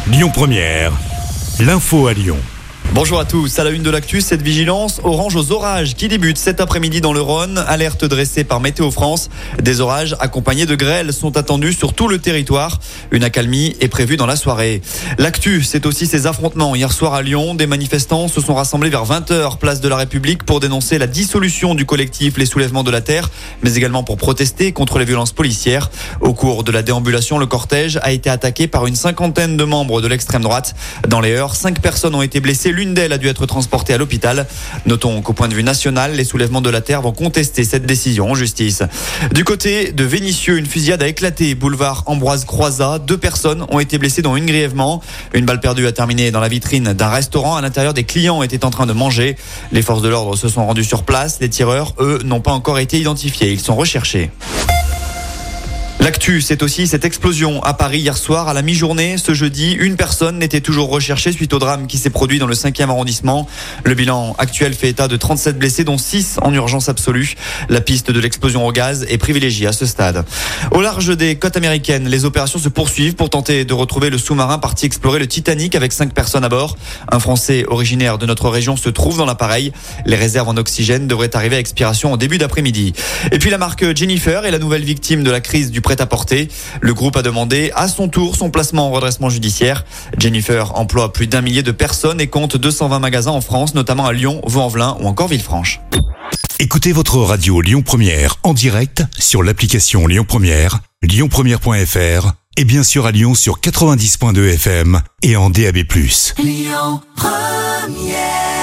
Lyon Première, l'info à Lyon. Bonjour à tous, à la une de l'actu, cette vigilance orange aux orages qui débute cet après-midi dans le Rhône. Alerte dressée par Météo France. Des orages accompagnés de grêles sont attendus sur tout le territoire. Une accalmie est prévue dans la soirée. L'actu, c'est aussi ces affrontements. Hier soir à Lyon, des manifestants se sont rassemblés vers 20h, place de la République, pour dénoncer la dissolution du collectif Les Soulèvements de la Terre, mais également pour protester contre les violences policières. Au cours de la déambulation, le cortège a été attaqué par une cinquantaine de membres de l'extrême droite. Dans les heurts, 5 personnes ont été blessées. L'une d'elles a dû être transportée à l'hôpital. Notons qu'au point de vue national, les Soulèvements de la Terre vont contester cette décision en justice. Du côté de Vénissieux, une fusillade a éclaté. Boulevard Ambroise Croizat. 2 personnes ont été blessées, dont une grièvement. Une balle perdue a terminé dans la vitrine d'un restaurant. À l'intérieur, des clients étaient en train de manger. Les forces de l'ordre se sont rendues sur place. Les tireurs, eux, n'ont pas encore été identifiés. Ils sont recherchés. L'actu, c'est aussi cette explosion à Paris hier soir à la mi-journée. Ce jeudi, une personne n'était toujours recherchée suite au drame qui s'est produit dans le 5e arrondissement. Le bilan actuel fait état de 37 blessés, dont 6 en urgence absolue. La piste de l'explosion au gaz est privilégiée à ce stade. Au large des côtes américaines, les opérations se poursuivent pour tenter de retrouver le sous-marin parti explorer le Titanic avec 5 personnes à bord. Un Français originaire de notre région se trouve dans l'appareil. Les réserves en oxygène devraient arriver à expiration en début d'après-midi. Et puis la marque Jennifer est la nouvelle victime de la crise du prêt-à-porter. Le groupe a demandé à son tour son placement en redressement judiciaire. Jennifer emploie plus d'1 millier de personnes et compte 220 magasins en France, notamment à Lyon, Vaux-en-Velin ou encore Villefranche. Écoutez votre radio Lyon Première en direct sur l'application Lyon Première, lyonpremière.fr et bien sûr à Lyon sur 90.2 FM et en DAB+. Lyon Première.